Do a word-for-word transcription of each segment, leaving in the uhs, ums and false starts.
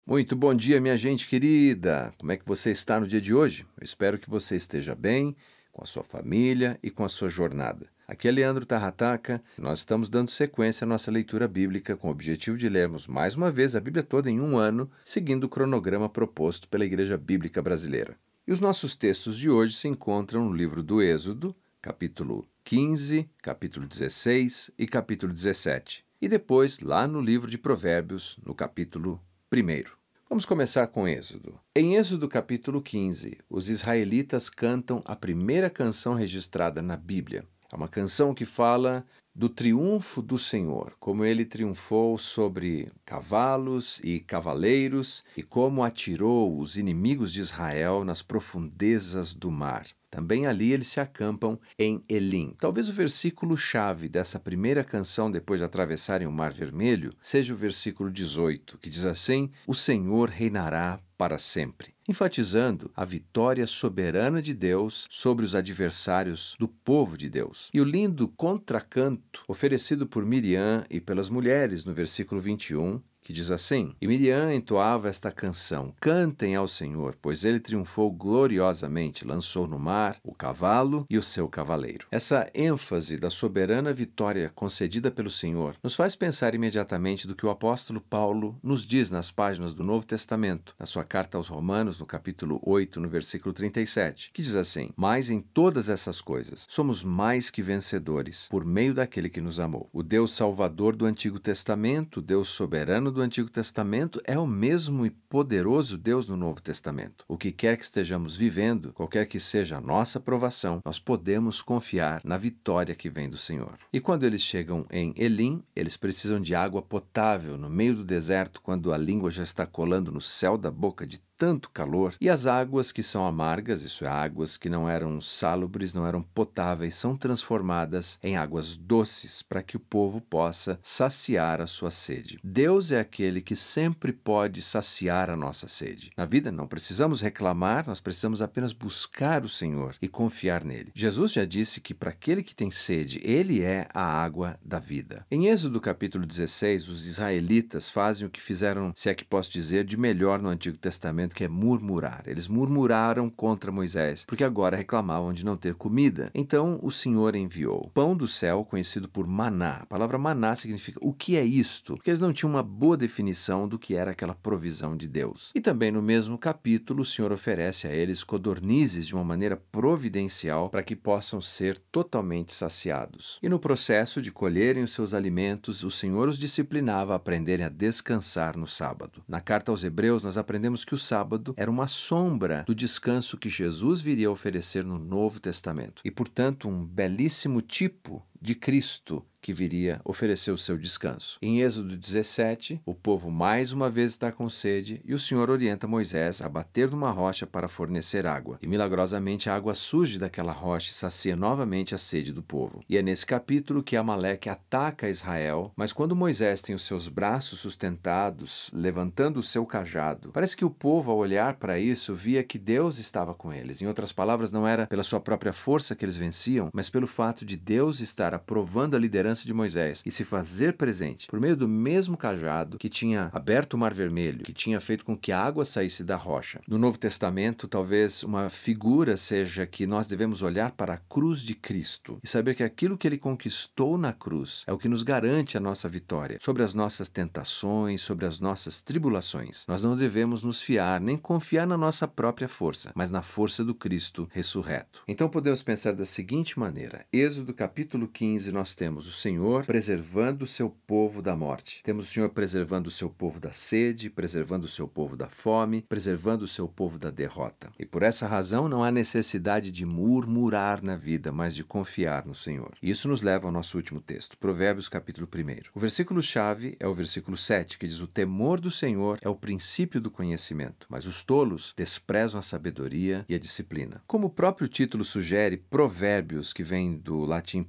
Muito bom dia, minha gente querida! Como é que você está no dia de hoje? Eu espero que você esteja bem, com a sua família e com a sua jornada. Aqui é Leandro Tarrataca. Nós estamos dando sequência à nossa leitura bíblica com o objetivo de lermos mais uma vez a Bíblia toda em um ano, seguindo o cronograma proposto pela Igreja Bíblica Brasileira. E os nossos textos de hoje se encontram no livro do Êxodo, capítulo quinze, capítulo dezesseis e capítulo dezessete. E depois lá no livro de Provérbios, no capítulo primeiro. Vamos começar com Êxodo. Em Êxodo capítulo quinze, os israelitas cantam a primeira canção registrada na Bíblia. É uma canção que fala do triunfo do Senhor, como ele triunfou sobre cavalos e cavaleiros e como atirou os inimigos de Israel nas profundezas do mar. Também ali eles se acampam em Elim. Talvez o versículo-chave dessa primeira canção, depois de atravessarem o Mar Vermelho, seja o versículo dezoito, que diz assim: O Senhor reinará para sempre, enfatizando a vitória soberana de Deus sobre os adversários do povo de Deus. E o lindo contracanto oferecido por Miriam e pelas mulheres no versículo vinte e um, que diz assim: E Miriam entoava esta canção: Cantem ao Senhor, pois ele triunfou gloriosamente, lançou no mar o cavalo e o seu cavaleiro. Essa ênfase da soberana vitória concedida pelo Senhor nos faz pensar imediatamente do que o apóstolo Paulo nos diz nas páginas do Novo Testamento, na sua carta aos Romanos, no capítulo oito, no versículo trinta e sete, que diz assim: Mas em todas essas coisas somos mais que vencedores por meio daquele que nos amou. O Deus Salvador do Antigo Testamento, o Deus soberano do Antigo Testamento, é o mesmo e poderoso Deus no Novo Testamento. O que quer que estejamos vivendo, qualquer que seja a nossa provação, nós podemos confiar na vitória que vem do Senhor. E quando eles chegam em Elim, eles precisam de água potável no meio do deserto, quando a língua já está colando no céu da boca de tanto calor, e as águas que são amargas, isso é, águas que não eram salubres, não eram potáveis, são transformadas em águas doces para que o povo possa saciar a sua sede. Deus é aquele que sempre pode saciar a nossa sede. Na vida não precisamos reclamar, nós precisamos apenas buscar o Senhor e confiar nele. Jesus já disse que para aquele que tem sede, ele é a água da vida. Em Êxodo capítulo dezesseis, os israelitas fazem o que fizeram, se é que posso dizer, de melhor no Antigo Testamento, que é murmurar. Eles murmuraram contra Moisés, porque agora reclamavam de não ter comida. Então o Senhor enviou pão do céu, conhecido por maná. A palavra maná significa o que é isto? Porque eles não tinham uma boa definição do que era aquela provisão de Deus. E também no mesmo capítulo, o Senhor oferece a eles codornizes de uma maneira providencial para que possam ser totalmente saciados. E no processo de colherem os seus alimentos, o Senhor os disciplinava a aprenderem a descansar no sábado. Na carta aos Hebreus, nós aprendemos que o sábado era uma sombra do descanso que Jesus viria oferecer no Novo Testamento. E, portanto, um belíssimo tipo de Cristo que viria oferecer o seu descanso. Em Êxodo dezessete, o povo mais uma vez está com sede e o Senhor orienta Moisés a bater numa rocha para fornecer água. E milagrosamente a água surge daquela rocha e sacia novamente a sede do povo. E é nesse capítulo que Amaleque ataca Israel, mas quando Moisés tem os seus braços sustentados, levantando o seu cajado, parece que o povo, ao olhar para isso, via que Deus estava com eles. Em outras palavras, não era pela sua própria força que eles venciam, mas pelo fato de Deus estar aprovando a liderança de Moisés e se fazer presente por meio do mesmo cajado que tinha aberto o Mar Vermelho, que tinha feito com que a água saísse da rocha. No Novo Testamento, talvez uma figura seja que nós devemos olhar para a cruz de Cristo e saber que aquilo que ele conquistou na cruz é o que nos garante a nossa vitória sobre as nossas tentações, sobre as nossas tribulações. Nós não devemos nos fiar nem confiar na nossa própria força, mas na força do Cristo ressurreto. Então podemos pensar da seguinte maneira: Êxodo capítulo quinze, nós temos o Senhor preservando o seu povo da morte. Temos o Senhor preservando o seu povo da sede, preservando o seu povo da fome, preservando o seu povo da derrota. E por essa razão não há necessidade de murmurar na vida, mas de confiar no Senhor. E isso nos leva ao nosso último texto, Provérbios capítulo primeiro. O versículo-chave é o versículo sete, que diz: O temor do Senhor é o princípio do conhecimento, mas os tolos desprezam a sabedoria e a disciplina. Como o próprio título sugere, Provérbios, que vem do latim provérbio,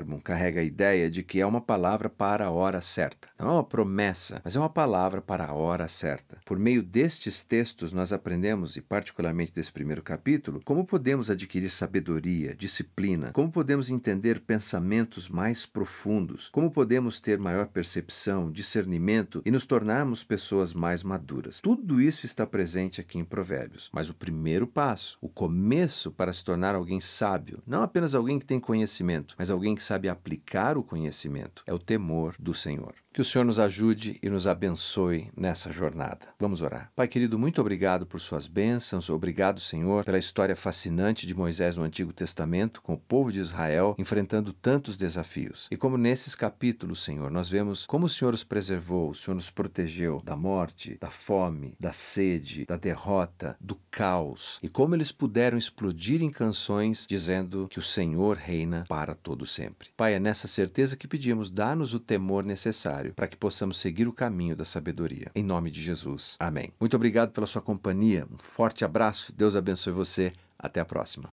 verbum carrega a ideia de que é uma palavra para a hora certa. Não é uma promessa, mas é uma palavra para a hora certa. Por meio destes textos, nós aprendemos, e particularmente desse primeiro capítulo, como podemos adquirir sabedoria, disciplina, como podemos entender pensamentos mais profundos, como podemos ter maior percepção, discernimento e nos tornarmos pessoas mais maduras. Tudo isso está presente aqui em Provérbios. Mas o primeiro passo, o começo para se tornar alguém sábio, não apenas alguém que tem conhecimento, mas alguém que sabe aplicar o conhecimento, é o temor do Senhor. Que o Senhor nos ajude e nos abençoe nessa jornada. Vamos orar. Pai querido, muito obrigado por suas bênçãos. Obrigado, Senhor, pela história fascinante de Moisés no Antigo Testamento, com o povo de Israel enfrentando tantos desafios. E como nesses capítulos, Senhor, nós vemos como o Senhor os preservou, o Senhor nos protegeu da morte, da fome, da sede, da derrota, do caos, e como eles puderam explodir em canções dizendo que o Senhor reina para todo sempre. Pai, é nessa certeza que pedimos, dá-nos o temor necessário para que possamos seguir o caminho da sabedoria. Em nome de Jesus. Amém. Muito obrigado pela sua companhia. Um forte abraço. Deus abençoe você. Até a próxima.